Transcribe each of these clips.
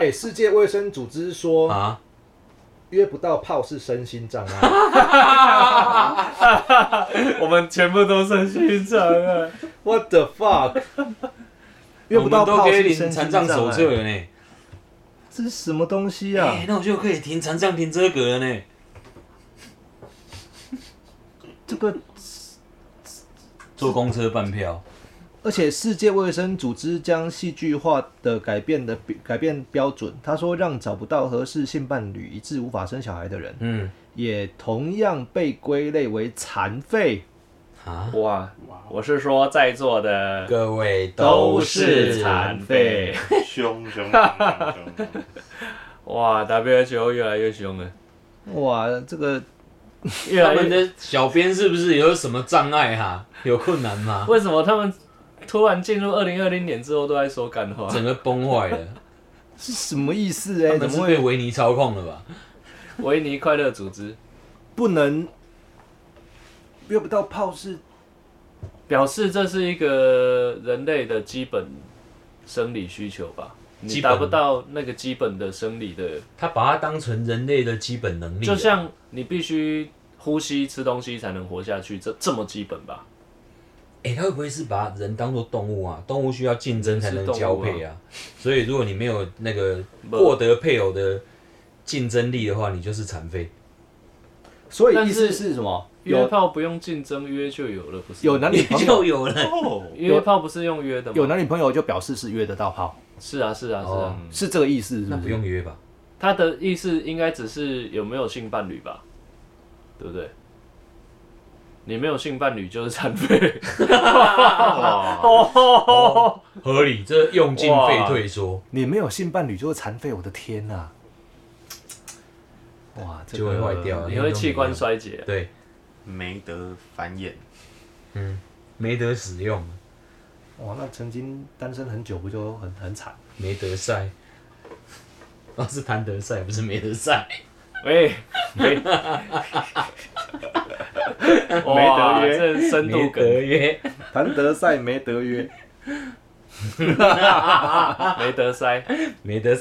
世界卫生组织说啊， 约不到炮是身心障碍。 我们全部都身心障碍。 What the fuck？ 约不到炮是身心障碍。 残障手册了呢。 这是什么东西啊？ 那我就可以停残障停车格了呢。 这个， 坐公车半票。 而且世界卫生组织将戏剧化的改变标准，他说让找不到合适性伴侣以致无法生小孩的人，也同样被归类为残废。 哇！我是说在座的各位都是残废。 凶！ 哇 ！WHO 越来越凶了。 哇，这个他们的小编是不是有什么障碍哈？有困难吗？ 为什么他们突然进入2020年之后都在说干话？ 整个崩坏了。 是什么意思？ 他们是被维尼操控了吧？ 维尼快乐组织不能约不到炮是表示这是一个人类的基本生理需求吧？你达不到那个基本的生理的， 他把它当成人类的基本能力， 就像你必须呼吸、吃东西才能活下去，这么基本吧？ 他会不会是把人当作动物啊？动物需要竞争才能交配啊，所以如果你没有那个获得配偶的竞争力的话，你就是残废。 所以意思是什么？ 约炮不用竞争，约就有了，不是？ 有男女朋友就有了。 约炮不是用约的吗？ 有男女朋友就表示是约得到炮。 是啊，是这个意思是不是？ 那不用约吧？ 他的意思应该只是有没有性伴侣吧，对不对？你没有性伴侣就是残废。 合理，这用进废退说。 你没有性伴侣就是残废，我的天哪！哇，这个就会坏掉， 你会器官衰竭。 对， 没得繁衍， 没得使用。 哇，那曾经单身很久不就很惨？ 没得赛，是谭德赛，不是没得赛。 喂，没得约，这深度梗。 没得约， 谭德赛没得约， 没得塞， 没得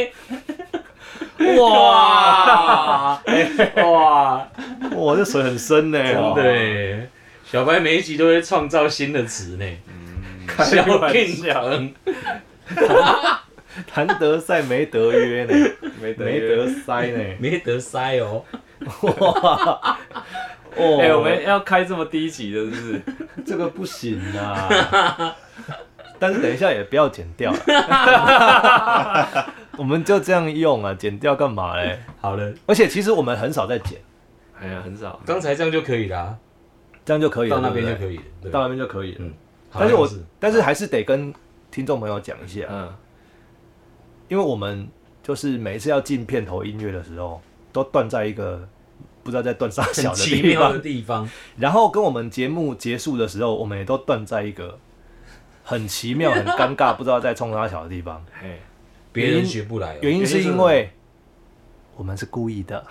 哇哇， 哇，这水很深呢， 真的耶！小白每一集都会创造新的词呢。 开玩笑， 谭德赛没得约呢， 没没得塞呢， 没得塞哦。 哇！ 我们要开这么低级的，是不是？ 这个不行啊！但是等一下也不要剪掉了，我们就这样用啊，剪掉干嘛嘞？ 好了， 而且其实我们很少在剪， 哎呀，很少。 刚才这样就可以了， 这样就可以了， 到那边对不对就可以了， 到那边就可以了。 好但是还是得跟听众朋友讲一下，因为我们就是每一次要进片头音乐的时候，都断在一个不知道在断啥小的奇妙的地方， 然后跟我们节目结束的时候，我们也都断在一个很奇妙、很尴尬，不知道在冲啥小的地方。 别人学不来。 原因是因为我们是故意的。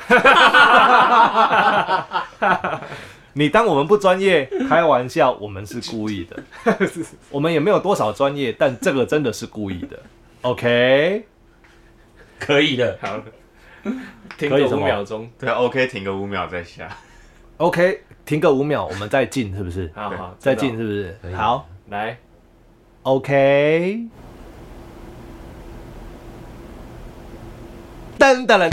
你当我们不专业，开玩笑，我们是故意的。我们也没有多少专业，但这个真的是故意的。OK， 可以的。 好，停个5秒钟。 对 ，OK， 停个5秒再下。 OK， 停个5秒，我们再进，是不是？ 好， 再进是不是？好， 来 ，OK。噔噔噔。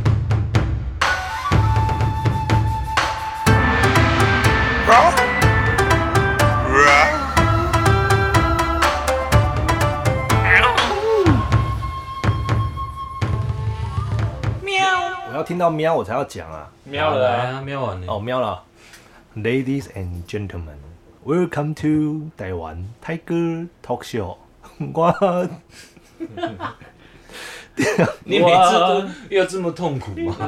我要听到喵我才要讲啊！ 喵了啊， 喵完了。 哦，喵了。Ladies and gentlemen, welcome to 台湾泰哥 Talk Show 我。 你每次都要这么痛苦吗？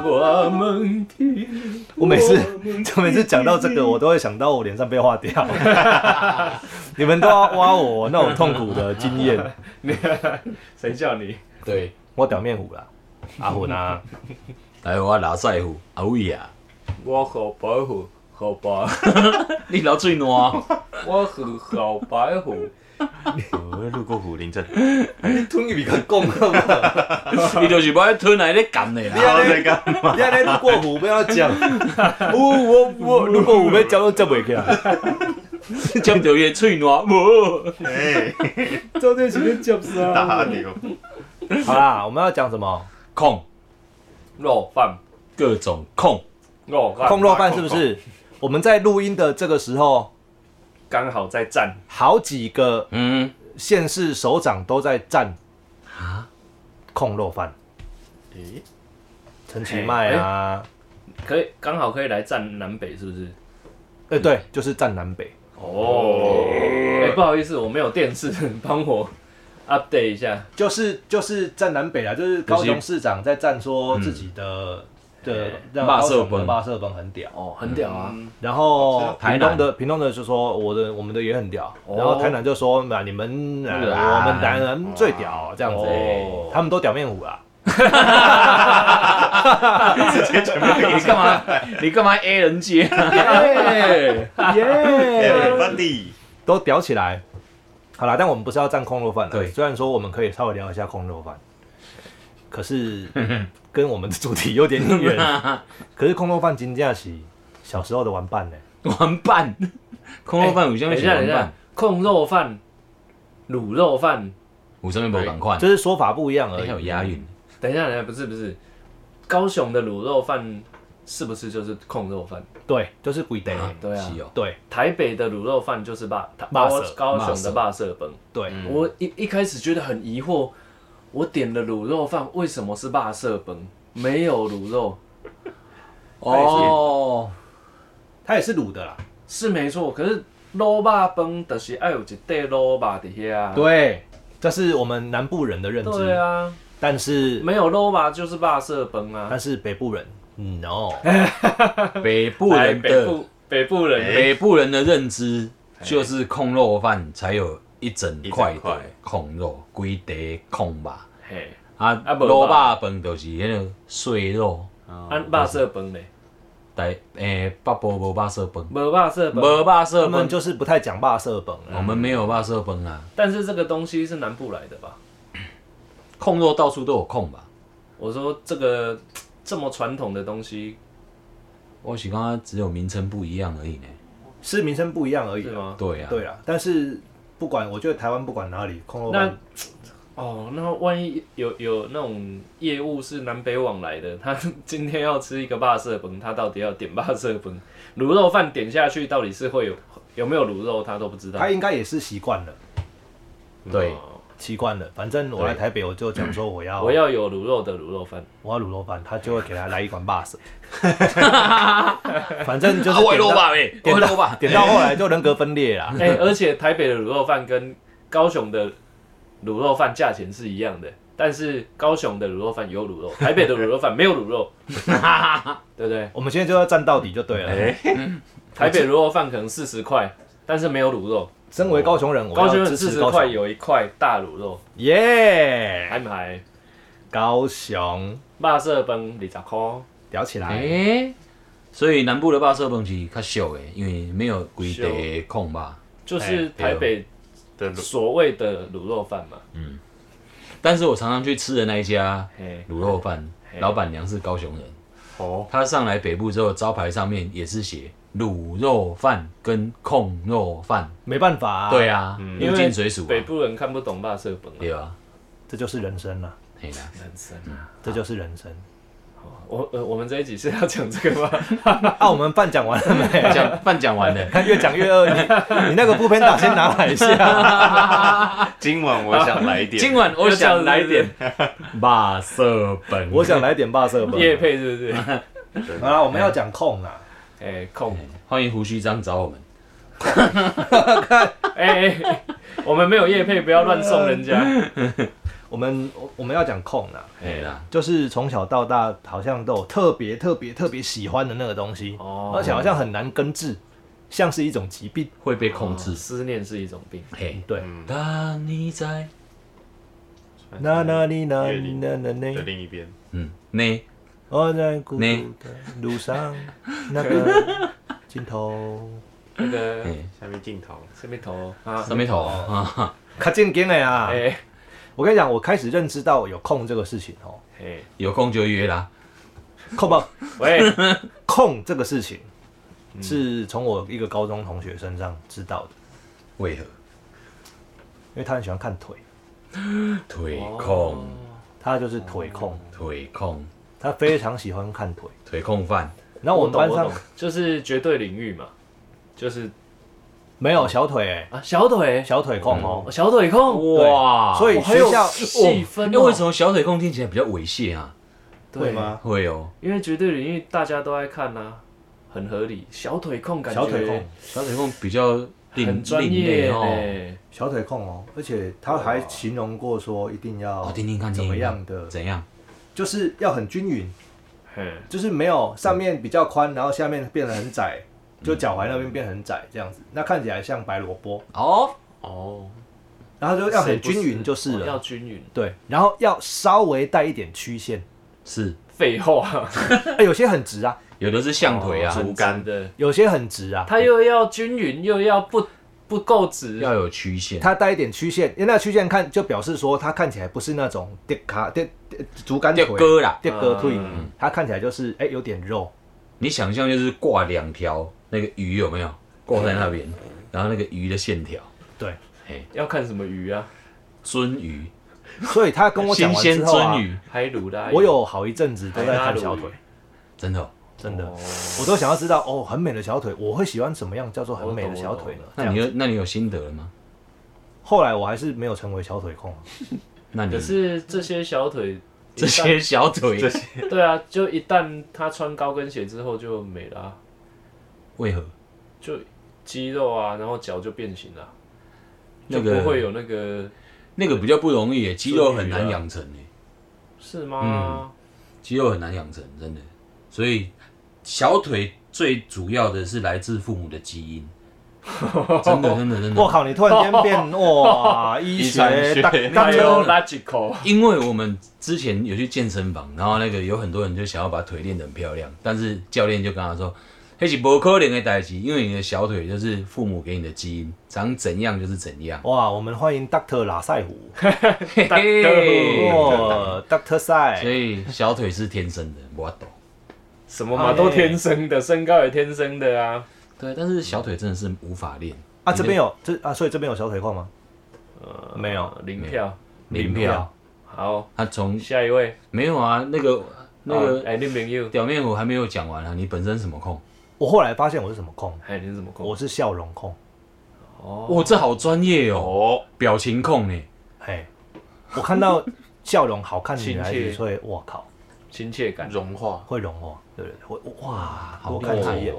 我每次讲到这个，我都会想到我脸上被划掉。你们都要挖我那种痛苦的经验。 谁叫你？ 对， 我表面虎啦，阿虎啊。 来我拉赛虎，阿伟啊， 我好保护好吧， 你老嘴烂， 我是好白虎。 路过虎林镇， 你吞伊咪甲讲好不？ 伊就是要吞来咧干的啦。 你安尼干嘛？你安尼路过虎不要讲，我路过虎要讲都讲袂起来， 接到伊嘴烂，无。 哎， 做这是咧接啥？ 大牛， 好啦，我们要讲什么？ 控肉饭， 各种控， 肉饭， 控肉饭是不是？我们在录音的这个时候， 刚好在站。 好几个嗯， 县市首长都在站啊， 控肉饭， 诶， 陈其迈啊， 可以刚好可以来站南北，是不是？ 对，就是站南北。 哦，不好意思，我没有电视，帮我 update 一下。 就是站南北啦，就是高雄市长在站说自己的让高雄的霸色崩很屌， 哦，很屌啊！ 然后台南屏东的就说我们的也很屌， 哦然后台南就说你们我们台南最屌这样子哦， 他们都屌面虎啦。 直接全部你干嘛 A 人接？ 耶 ，everybody， 都屌起来。好啦，但我们不是要站控肉饭的， 对虽然说我们可以稍微聊一下控肉饭，可是跟我们的主题有点远。可是控肉饭真正是小时候的玩伴呢。 玩伴，控肉饭有啥物等一下， 是玩伴？ 控肉饭、卤肉饭。 有啥物无共款？ 就是说法不一样而还有已。 押韵。 等一下，不是，高雄的卤肉饭是不是就是控肉饭？ 对，就是规定。 对啊， 是哦。 对台北的卤肉饭就是高雄的霸色崩。 对， 我一开始觉得很疑惑，我点了卤肉饭，为什么是霸色崩？没有卤肉， 哦， 它也是卤的啦。 是没错。可是卤肉饭就是要有一块卤肉在遐。 对，这是我们南部人的认知。 对啊， 但是没有卤肉就是霸色崩啊。 但是北部人，no， 北部人的北部人的认知就是控肉饭才有一整块的控肉，规地控吧。 嘿， 啊，卤肉饭就是迄个碎肉。 按霸色崩嘞， 北部无肉色饭， 没霸色崩， 无肉色他们饭， 就是不太讲霸色本我们没有肉色饭啊。 但是这个东西是南部来的吧？ 控肉到处都有控吧？ 我说这个这么传统的东西我是刚刚只有名称不一样而已呢。 是名称不一样而已是。吗？ 对啊， 对啦，但是不管，我觉得台湾不管哪里，控肉饭那万一有那种业务是南北往来的，他今天要吃一个霸色崩，他到底要点霸色崩？卤肉饭点下去，到底是会有没有卤肉，他都不知道。 他应该也是习惯了， 对， 习惯了。反正我来台北，我就讲说我要有卤肉的卤肉饭。 我要卤肉饭，他就会给他来一碗霸色。反正就是我肉吧呗， 点到我肉吧。 点到后来就人格分裂啦。 而且台北的卤肉饭跟高雄的卤肉饭价钱是一样的，但是高雄的卤肉饭有卤肉，台北的卤肉饭没有卤肉，对不对？ 我们现在就要站到底就对了。 台北卤肉饭可能40块，但是没有卤肉。 身为高雄人，我高雄人要支持 40块高雄。 有一块大卤肉， 耶！ 还买高雄肉色饭20块。 聊起来。 所以南部的肉色饭是较俗的，因为没有规地控吧。 就是台北的所谓的卤肉饭嘛。 但是我常常去吃的那一家嘿卤肉饭，老板娘是高雄人。 哦， 她上来北部之后，招牌上面也是写卤肉饭跟控肉饭。 没办法啊。 对啊，入境水属啊。 北部人看不懂肉色饭啊。 对啊， 这就是人生啦， 嘿啦。 人生啊。 这就是人生。 我们这一集是要讲这个吗？ 啊，我们饭讲完了没？ 饭讲完了。 看越讲越饿，你那个布片打先拿来一下。 今晚我想来一点， 今晚我想来点肉色饭。 我想来点霸色本。 业配是不是？ 好啦，我们要讲控啦。 控。 欢迎胡须章找我们。 我们没有业配，不要乱送人家。 我们要讲控啦， 对啦， 就是从小到大好像都有特别喜欢的那个东西，而且好像很难根治，像是一种疾病。 会被控制。 思念是一种病。 嘿， 对， 当你在那里那月龄那的那， 另一边， 呢， 我在孤独的路上，那个镜头， 那个下面镜头， 上面头啊， 上面头啊， 较正经的呀。 哎我跟你讲，我开始认知到有空这个事情哦， 哎， 有空就约啦。 空不喂， 空这个事情，是从我一个高中同学身上知道的， 为何？ 因为他很喜欢看腿， 腿控， 他就是腿控， 腿控， 他非常喜欢看腿。 腿控饭。 然后我们班上我懂就是绝对领域嘛，就是没有小腿欸， 啊小腿小腿控哦， 小腿控， 哇， 所以还有学校细分那为什么小腿控听起来比较猥亵啊？ 会吗？ 会哦， 因为绝对领域大家都爱看呐，很合理。小腿控感觉小腿控， 小腿控比较很专业哦。 呢。 小腿控哦，而且他还形容过说一定要听听看怎么样的， 怎样？ 就是要很均匀， 嘿， 就是没有上面比较宽，然后下面变得很窄，就脚踝那边变很窄这样子，那看起来像白萝卜， 哦， 然后就要很均匀就是要了， 均匀。 对，然后要稍微带一点曲线， 是废话， 有些很直啊， 有的是象腿啊， 竹竿的， 有些很直啊， 它又要均匀，又要不够直， 要有曲线。 它带一点曲线，因为那个曲线看就表示说它看起来不是那种竹竿腿掉割啦， 跌割腿，它看起来就是有点肉， 你想象就是挂2条那个鱼有没有挂在那边，然后那个鱼的线条， 对， 要看什么鱼啊？ 鳟鱼， 所以他跟我讲新鲜完之后啊鳟，鱼， 海乳的， 我有好一阵子都在看小腿， 真的哦。 真的，我都想要知道哦，很美的小腿，我会喜欢什么样叫做很美的小腿呢？ 那你有心得了吗？ 后来我还是没有成为小腿控， 那你可是这些小腿， 这些小腿对啊，就一旦他穿高跟鞋之后就没了啊， 为何？ 就肌肉啊，然后脚就变形了，就那个不会有那个那个比较不容易耶，肌肉很难养成耶， 是吗？ 肌肉很难养成，真的。所以小腿最主要的是来自父母的基因，真的。 我靠，你突然间变哇，医学大还有 logical， 因为我们之前有去健身房，然后那个有很多人就想要把腿练得很漂亮，但是教练就跟他说，那是不可能的代志，因为你的小腿就是父母给你的基因，长怎样就是怎样。 哇，我们欢迎 Dr. 拉塞胡， 嘿嘿哇，Dr. 赛， 所以小腿是天生的，我懂。 什么嘛都天生的，身高也天生的啊。 对，但是小腿真的是无法练啊。这边有所以这边有小腿控吗？没有， 零票。 零票。 好， 他从下一位没有啊，那个哎，你朋友， 表面我还没有讲完啊，你本身什么控？ 我后来发现我是什么控？ 哎，你是怎么控？ 我是笑容控。 哦，这好专业哦，表情控呢？ 嘿，我看到笑容好看的女孩子， 亲切所以我靠， 亲切感， 融化， 会融化，对对对，会哇， 好多看几眼。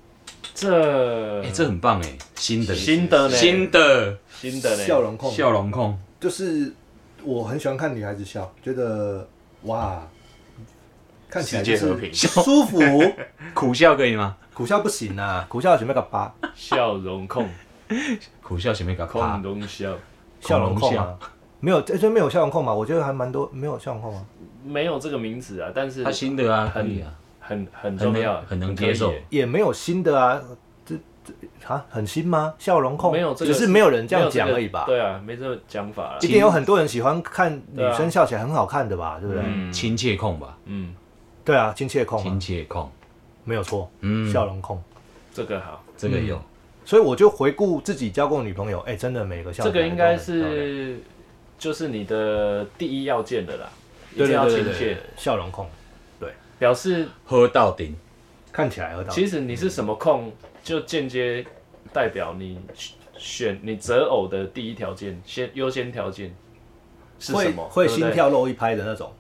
这很棒哎，新的呢， 新的呢， 笑容控， 笑容控， 就是我很喜欢看女孩子笑，觉得哇，看起来就是世界和平舒服。 苦笑可以吗？ 苦笑不行啊，苦笑前面个疤， 笑容控， 苦笑前面个控啪， 容笑， 笑容控啊，没有，这没有笑容控嘛？我觉得还蛮多，没有笑容控吗？ 没有这个名字啊，但是他新的啊，可以啊， 很重要， 很能接受可以耶也没有新的啊，很新吗？笑容控没有这个， 只是没有人这样讲而已吧？ 对啊，没这个讲法啦。 一定有很多人喜欢看女生笑起来很好看的吧？对不对？ 亲切控吧， 对啊，亲切控， 亲切控， 没有错，笑容控， 这个好， 这个有， 所以我就回顾自己交过女朋友，哎，真的每个笑起来这个应该是就是你的第一要件的啦，一对定要亲切， 笑容控，对， 表示喝到顶， 看起来喝到。 其实你是什么控，就间接代表你选你择偶的第一条件，优先条件是什么？ 会心跳漏一拍的那种，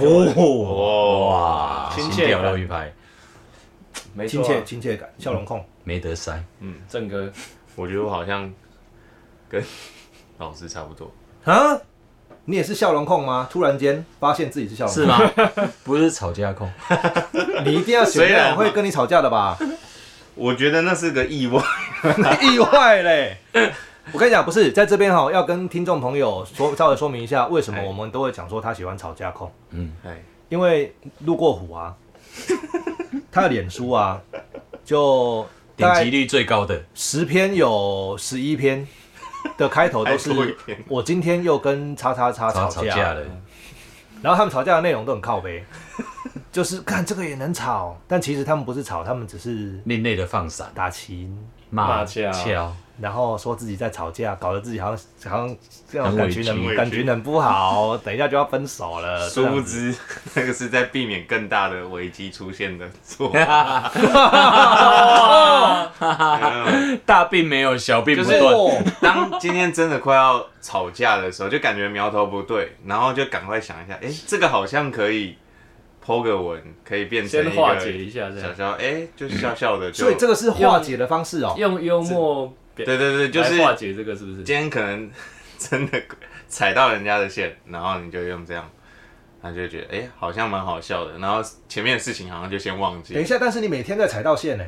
哇， 亲切心跳漏一拍， 没错， 亲切感，笑容控， 没得塞， 郑哥， 我觉得我好像跟老师差不多。 啊？你也是笑容控吗？突然间发现自己是笑容控， 是吗？不是吵架控， 你一定要选那种会跟你吵架的吧？ 我觉得那是个意外， 意外嘞！我跟你讲，不是在这边哈，要跟听众朋友稍微说明一下，为什么我们都会讲说他喜欢吵架控。因为路过虎啊，他的脸书啊，就点击率最高的 10篇有11篇的开头都是我今天又跟叉叉叉吵架了，然后他们吵架的内容都很靠北，就是看这个也能吵，但其实他们不是吵，他们只是另类的放闪、 打琴、 骂俏， 然后说自己在吵架，搞得自己好像这种很委屈感觉很不好，等一下就要分手了。 殊不知那个是在避免更大的危机出现的做大病没有，小病不就是断。 当今天真的快要吵架的时候，就感觉苗头不对，然后就赶快想一下，这个好像可以 po 个文，可以变成一个先化解一下这样， 小就笑笑的就。 所以这个是化解的方式哦， 用幽默对，就是化解这个是不是？ 今天可能真的踩到人家的线，然后你就用这样，他就会觉得好像蛮好笑的，然后前面的事情好像就先忘记。 等一下，但是你每天在踩到线呢，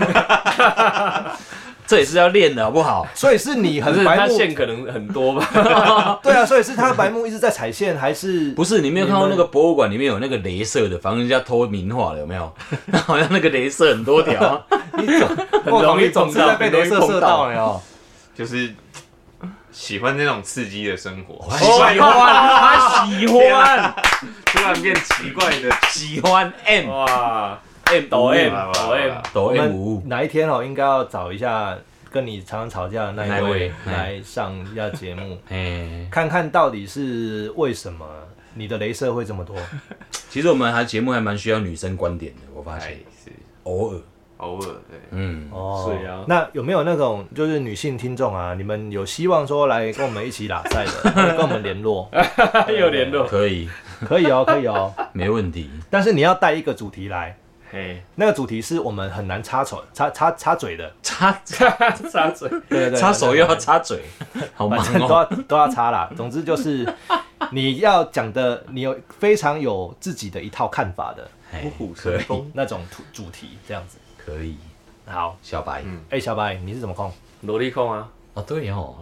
这也是要练的好不好？ 所以是你可是他很白目， 线可能很多吧？ 对啊，所以是他白目一直在踩线，还是不是？你没有看到那个博物馆里面有那个镭射的，防人家偷名画的，有没有？好像那个镭射很多条， 很容易总是在被镭射射到哦。 就是喜欢这种刺激的生活， 他喜欢， 突然变奇怪的喜欢 M 哇 ，M 抖 M 抖我 M 们舞， 哪一天应该要找一下跟你常常吵架的那一位来上一下节目，看看到底是为什么你的镭射会这么多。 其实我们节目还蛮需要女生观点的，我发现是偶尔对， 是啊。 那有没有那种就是女性听众啊？你们有希望说来跟我们一起拉赛的，跟我们联络， 有联络， 可以， 可以哦， 没问题。 但是你要带一个主题来， 嘿， 那个主题是我们很难插嘴的， 插嘴， 对， 插手又要插嘴，好忙哦。 都要插啦。总之就是你要讲的，你有非常有自己的一套看法的， 可以那种主题这样子。 可以， 好， 小白， 小白，你是怎么控？ 萝莉控啊， 对哦，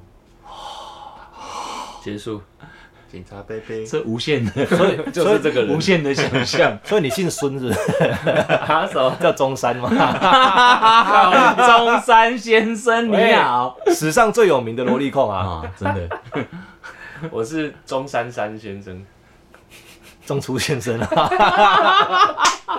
结束， 警察贝贝， 这无限的， 所以就是这个人无限的想象。 所以你姓孙是不是？ 什么叫中山吗？ 中山先生你好， 史上最有名的萝莉控啊， 真的， 我是中山山先生， 中出先生啊。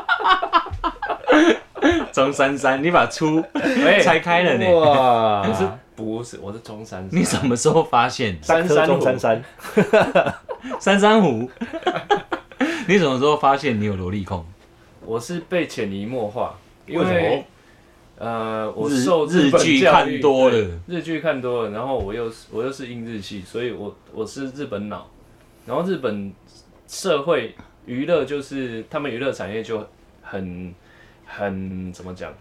中山山，你把出拆开了呢？ 哇， 不是，我是中山山。 你什么时候发现？ 山中山山， 山山虎。你什么时候发现你有萝莉控？ 我是被潜移默化，因为我受日剧看多了， 日剧看多了，然后我又是英日系，所以我是日本脑，然后日本社会娱乐就是他们娱乐产业就很怎么讲，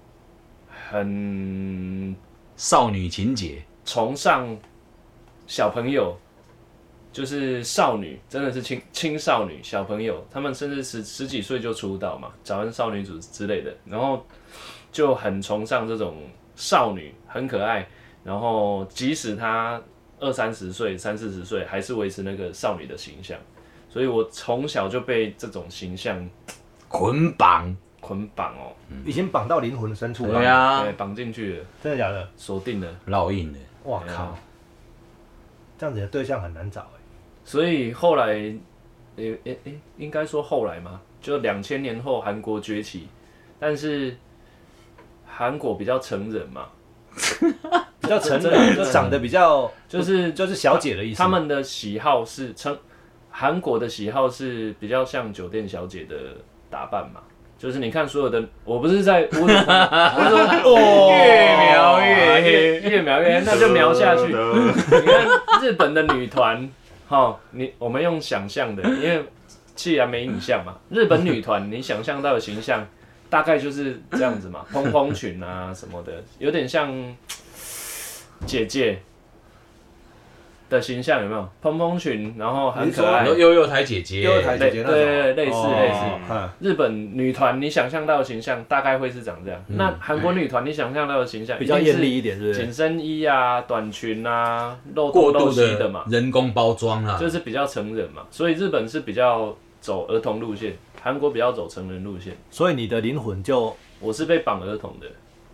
很少女情节， 崇尚小朋友，就是少女，真的是青少女小朋友，他们甚至十几岁就出道嘛，早安少女组之类的，然后就很崇尚这种少女，很可爱，然后即使她20-30岁、30-40岁，还是维持那个少女的形象，所以我从小就被这种形象捆绑哦， 已经绑到灵魂深处了。 对啊， 绑进去了， 真的假的？ 锁定了， 烙印了。 哇靠，这样子的对象很难找所以后来，应该说后来嘛，就2000年后韩国崛起，但是韩国比较成人嘛， 比较成人，就长得比较就是小姐的意思。 他们的喜好是韩国的喜好是比较像酒店小姐的打扮嘛。就是你看所有的，我不是在侮辱他们， 越描越黑， 越描越黑，那就描下去。你看日本的女团，我们用想象的，因为既然没影像嘛，日本女团你想象到的形象大概就是这样子嘛，蓬蓬裙啊什么的，有点像姐姐的形象，有没有？蓬蓬裙，然后很可爱， 幼台姐姐， 对，类似。日本女团你想象到的形象大概会是长这样。那韩国女团你想象到的形象比较艳丽一点，是不是？ 紧身衣啊、短裙啊、露过度东西的嘛， 人工包装啊， 就是比较成人嘛。所以日本是比较走儿童路线，韩国比较走成人路线。 所以你的灵魂就， 我是被绑儿童的，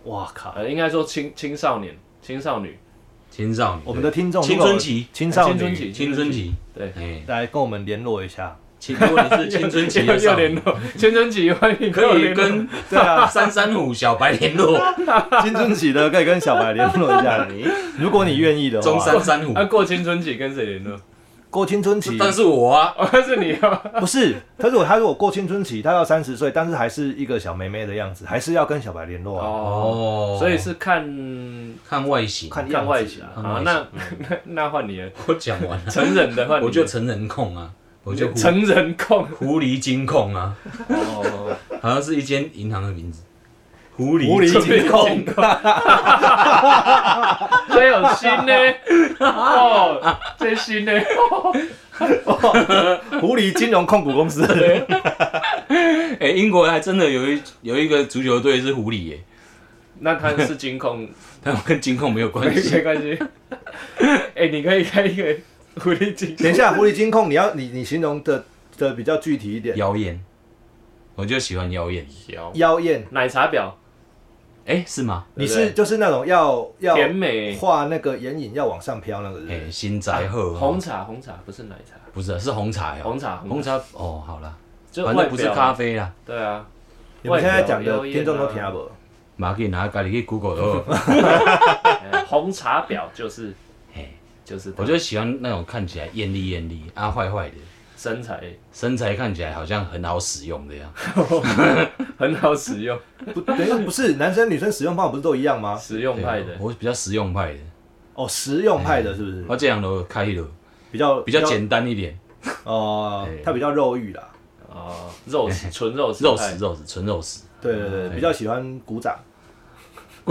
哇靠！ 应该说青少女。 我们的听众青春期， 青少女， 青春期， 对， 来跟我们联络一下。 如果你是青春期的少女， 青春期欢迎可以跟对啊 335小白联络， 青春期的可以跟小白联络一下。如果你愿意的话， 中335。 过青春期跟谁联络？ 过青春期， 但是我啊， 是你啊？ 不是，他如果过青春期，他要30岁，但是还是一个小妹妹的样子，还是要跟小白联络啊。 哦， 所以是看外形， 看外形啊。那换你了， 我讲完了。 成人的换你， 我就成人控啊，我就成人控， 狐狸金控啊。 哦， 好像是一間銀行的名字。狐狸金控， 这有心呢，哦，这心呢， 狐狸金融控股公司。 英国还真的有一个足球队是狐狸耶。 那他是金控， 他们跟金控没有关系， 没关系。你可以开一个狐狸金控。 等一下，狐狸金控，你形容的比较具体一点。 妖艳，我就喜欢妖艳。 妖艳， 奶茶婊。 是吗？ 你是就是那种要甜美画那个眼影要往上飘那个人。 新宅鹤。 红茶不是奶茶， 不是，是红茶呀。 红茶哦，好啦， 就反正不是咖啡啦。 对啊， 你们现在讲的听众都听不。 马可以拿家里去 Google 的。 红茶婊就是， 我就喜欢那种看起来艳丽啊，坏的。身材看起来好像很好使用的样， 很好使用。 不是男生女生使用方法不是都一样吗？ 实用派的， 我比较实用派的。 哦，实用派的是不是？ 我这样都开了，比较简单一点。 哦，他比较肉欲啦。 哦，肉食，纯肉食， 纯肉食。 对，比较喜欢鼓掌。 你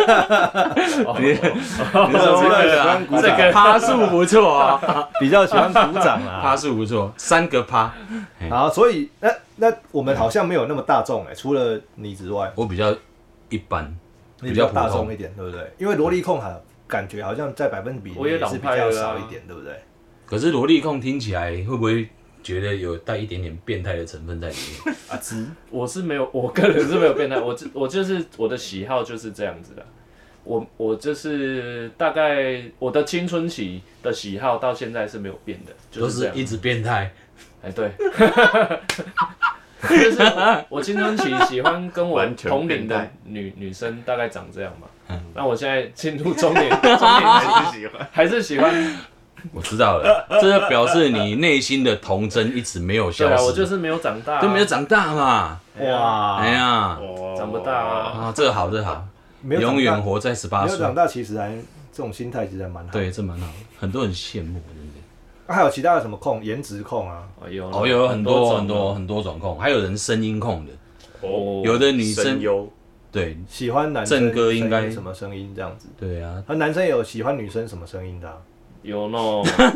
说这个趴数不错啊， 比较喜欢鼓掌啊， 趴数不错，3个趴。 好，所以那我们好像没有那么大众除了你之外， 我比较一般， 比较大众一点，对不对？因为萝莉控感觉好像在百分比也是比较少一点，对不对？ 可是萝莉控听起来会不会觉得有带一点点变态的成分在里面？ 我是没有，我个人是没有变态，我就是我的喜好就是这样子的。我就是大概我的青春期的喜好到现在是没有变的， 就是一直变态。 对，就是我青春期喜欢跟我同龄的女生大概长这样嘛。那我现在进入中年还是喜欢。 我知道了，这就表示你内心的童真一直没有消失。 对啊，我就是没有长大， 都没有长大嘛。 哇， 哎呀， 长不大啊。 这好，永远活在18岁。 没有长大，其实这种心态其实还蛮好。 对，这蛮好，很多人羡慕，真的。 还有其他的什么控？颜值控啊？ 有很多种控，还有人声音控的。有的女生对喜欢男生正哥应该什么声音这样子？ 对啊， 男生也有喜欢女生什么声音的？ 有呢。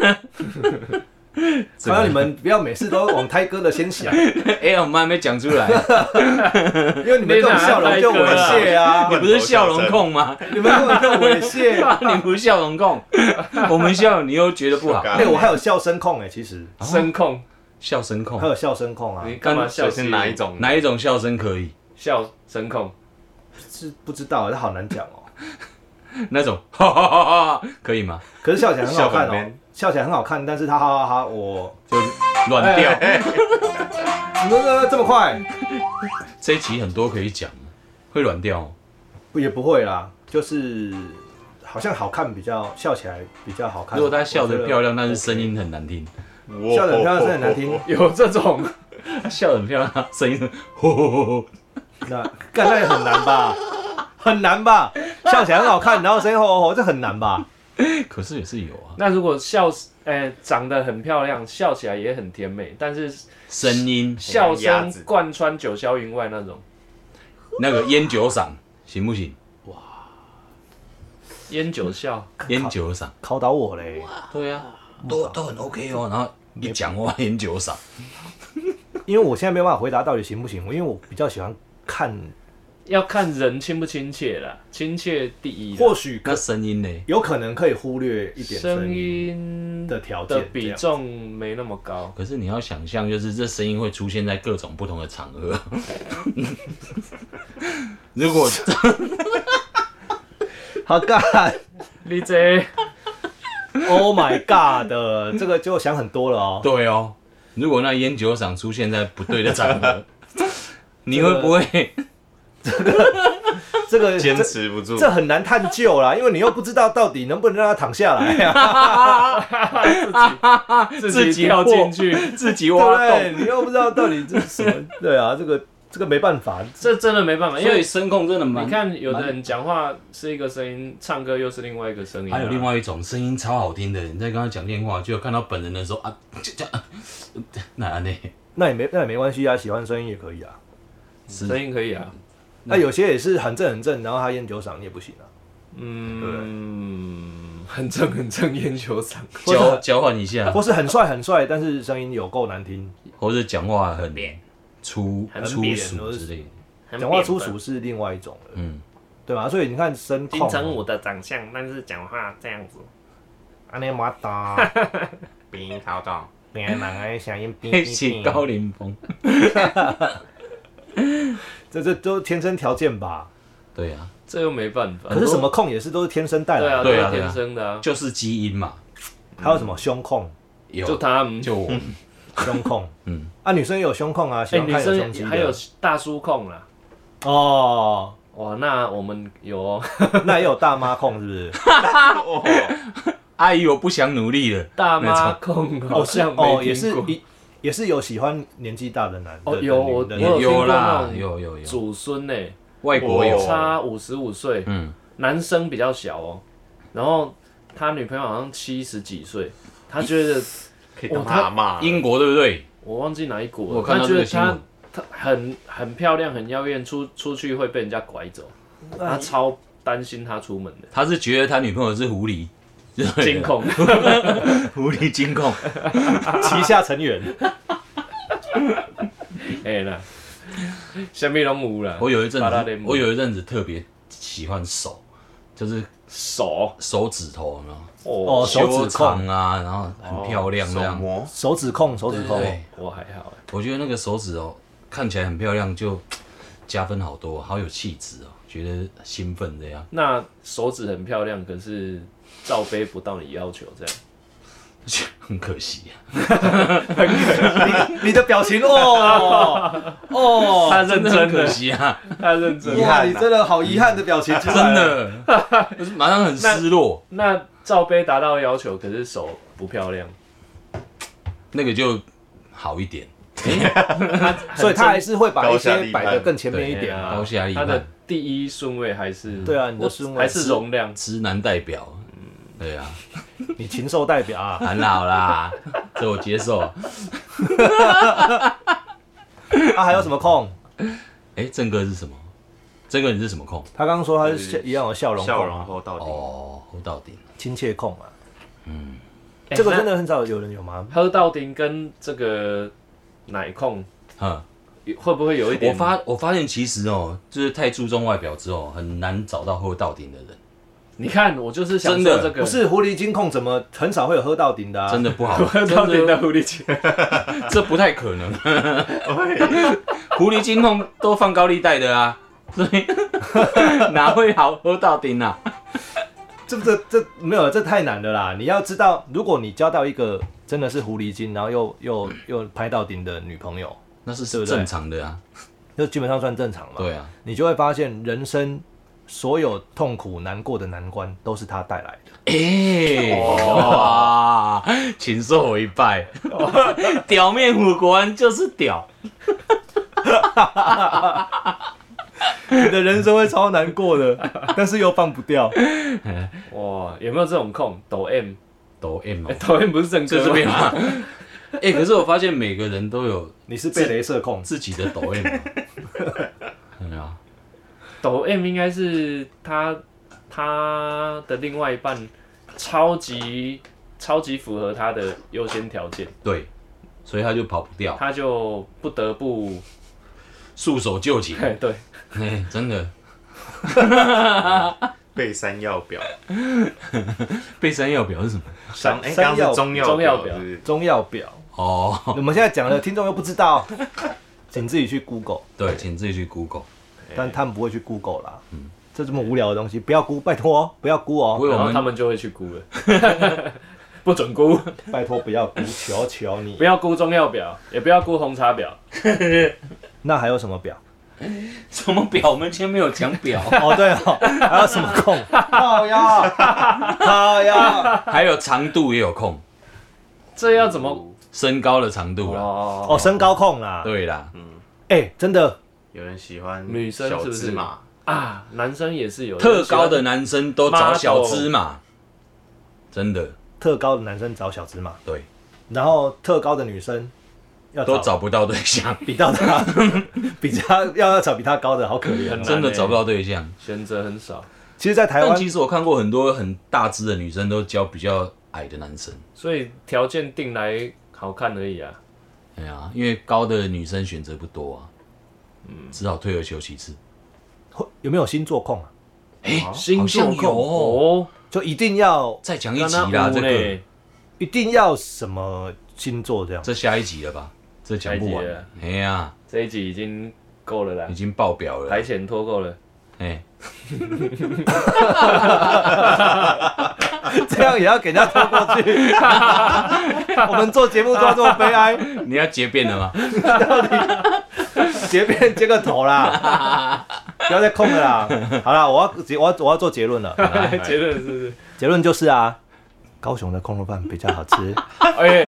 好像你们不要每次都往胎哥的先想。 我们还没讲出来， 因为你们这种笑容就猥亵啊！ 你不是笑容控吗？ 你们根本就猥亵。 你不是笑容控，我们笑你又觉得不好。 我还有笑声控其实声控、 笑声控， 还有笑声控啊。 你干嘛笑？ 是哪一种？ 哪一种笑声可以？ 笑声控是不知道，这好难讲哦。 那种哈哈哈哈可以吗？ 可是笑起来很好看哦，笑起来很好看，但是他哈哈哈，我就乱掉。 怎么这么快？ 这一期很多可以讲，会软掉？ 也不会啦，就是好像好看比较笑起来比较好看。 如果他笑得漂亮，但是声音很难听。 笑得很漂亮，声音很难听， 有这种？ 他笑得很漂亮，声音吼吼吼。 那也很难吧？很难吧？笑起来很好看，然后声音吼吼吼，这很难吧？ 可是也是有啊。 那如果长得很漂亮，笑起来也很甜美，但是声音笑声贯穿九霄云外那种， 那个烟酒嗓行不行？哇， 烟酒笑， 烟酒嗓考倒我嘞！ 对啊，都很 OK 哦。然后一讲话烟酒嗓， 因为我现在没有办法回答到底行不行，因为我比较喜欢看。 要看人亲不亲切啦，亲切第一。 或许那声音呢？ 有可能可以忽略一点声音的条件的比重没那么高。 可是你要想象，就是这声音会出现在各种不同的场合。如果好干你这 ，Oh my God 的，这个就想很多了哦。 对哦，如果那烟酒嗓出现在不对的场合，你会不会这个坚持不住， 这很难探究啦，因为你又不知道到底能不能让他躺下来啊， 自己跳进去， 自己对不挖洞？ 对？你又不知道到底这是什么，对啊，这个没办法， 这真的没办法，因为所以声控真的蛮…… 你看有的人讲话是一个声音，唱歌又是另外一个声音、啊， 还有另外一种声音超好听的，你在跟他讲电话，就看到本人的时候啊，那呢？ 那也没关系啊，喜欢声音也可以啊。 声音可以啊。 那有些也是很正，然后他烟酒嗓你也不行啊。 很正烟酒嗓， 交换一下， 或是很帅，但是声音有够难听， 或者讲话很粗扁俗之类的。 讲话粗俗是另外一种的，对吧？所以你看声控， 金城武的长相，但是讲话这样子， 安尼马达， 鼻音超重， 别人的声音那是高凌风。 这都天生条件吧？ 对啊， 这又没办法。 可是什么控也是都是天生带来的， 对啊，天生的啊。 就是基因嘛。 还有什么胸控？ 有就他， 就我， 胸控，女生也有胸控啊，喜欢女看有胸肌的。 生还有大叔控啦。 哦， 哇，那我们有哦， 那也有大妈控是不是？ 阿姨，我不想努力了。 大妈控好像没听过也是有喜欢年纪大的男的。 哦，有我有啦，有祖孙呢， 外国有差55岁，男生比较小哦，然后他女朋友好像70几岁，他觉得可以当阿嬷。 英国对不对？ 我忘记哪一国了， 我看到这个新闻， 他很漂亮，很妖艳，出去会被人家拐走，他超担心他出门的。 他是觉得他女朋友是狐狸。 金控， 狐狸金控， 旗下成员。 哎啦，什么拢有啦。 我有一阵子特别喜欢手，就是手指头，有没有？ 哦，手指控啊，然后很漂亮这样。 手指控。 对， 我还好。 我觉得那个手指看起来很漂亮，就加分好多，好有气质哦，觉得兴奋这样。 那手指很漂亮，可是罩杯不到你要求这样。 很可惜啊， 你的表情哦， 他认真很可惜啊， 他认真。 哇，你真的好遗憾的表情， 真的，就是马上很失落。 那罩杯达到要求，可是手不漂亮， 那个就好一点。 所以他还是会把一些摆得更前面一点啊。 高下立判。 他的第一顺位还是对啊，你的顺位还是容量， 直男代表。对啊， 你禽兽代表啊， 很好啦，这我接受。 还有什么控？ 郑哥是什么？郑哥你是什么控？ 他刚刚说他是一样有笑容控， 笑容后到底。 哦，后到底。 亲切控啊。这个真的很少有人有吗？ 喝到顶跟这个奶控，会不会有一点？ 我发现其实就是太注重外表之后，很难找到喝到顶的人。 你看，我就是想说这个， 不是狐狸精控，怎么很少会有喝到顶的啊？ 真的不好， 喝到顶的狐狸精， 这不太可能。狐狸精控都放高利贷的啊，所以哪会好喝到顶啊？ 这没有，这太难了啦！你要知道，如果你交到一个真的是狐狸精，然后又拍到顶的女朋友， 那是正常的啊， 就基本上算正常嘛。 对啊， 你就会发现人生所有痛苦难过的难关都是他带来的。 哇，请受我一拜。屌面虎果然就是屌。 你的人生会超难过的，但是又放不掉。 哇，有没有这种控？抖 M 抖 M 抖 M 不是正哥这边吗？可是我发现每个人都有， 你是被雷射控自己的抖 M 啊。 抖 M 应该是他的另外一半超级符合他的优先条件， 对，所以他就跑不掉， 他就不得不束手就擒。 对， 真的。 背山药表， 背山药表是什么？ 刚是中药表， 中药表。 哦， 我们现在讲的听众又不知道，请自己去 Google。 对，请自己去 Google。 但他们不会去 Google 啦。 这么无聊的东西不要估，拜托不要估哦。 然后他们就会去估了，不准估， 拜托不要估，求求你。 不要估中药表，也不要估红茶表。 那还有什么表？ 什么表？我们今天没有讲表。 哦，对哦，还有什么空？靠腰，靠腰。 还有长度也有空， 这要怎么？ 身高的长度啦。 哦，身高控啦。 对啦， 真的， 有人喜欢女生小是不是芝麻啊，男生也是有特高的男生都找小芝麻，真的。 特高的男生找小芝麻， 对， 然后特高的女生都找不到对象， 比到他，要找比他高的，好可怜。 真的找不到对象， 选择很少。 其实，在台湾， 但其实我看过很多很大只的女生都交比较矮的男生， 所以条件定来好看而已啊。 哎呀，因为高的女生选择不多啊，只好退而求其次。 有没有星座控啊？ 星座好像有哦， 就一定要再讲一集啦，这个一定要什么星座这样？ 这下一集了吧？这讲不完了。哎呀， 这一集已经够了啦， 已经爆表了， 台前拖够了。 哎， 这样也要给人家拖过去。我们做节目都要这么悲哀。 你要结辩了吗？ 到底结辩接个头啦，不要再空了啦。好啦，我要做结论了。 结论是不是？ 结论就是啊，高雄的空肉饭比较好吃。 哎。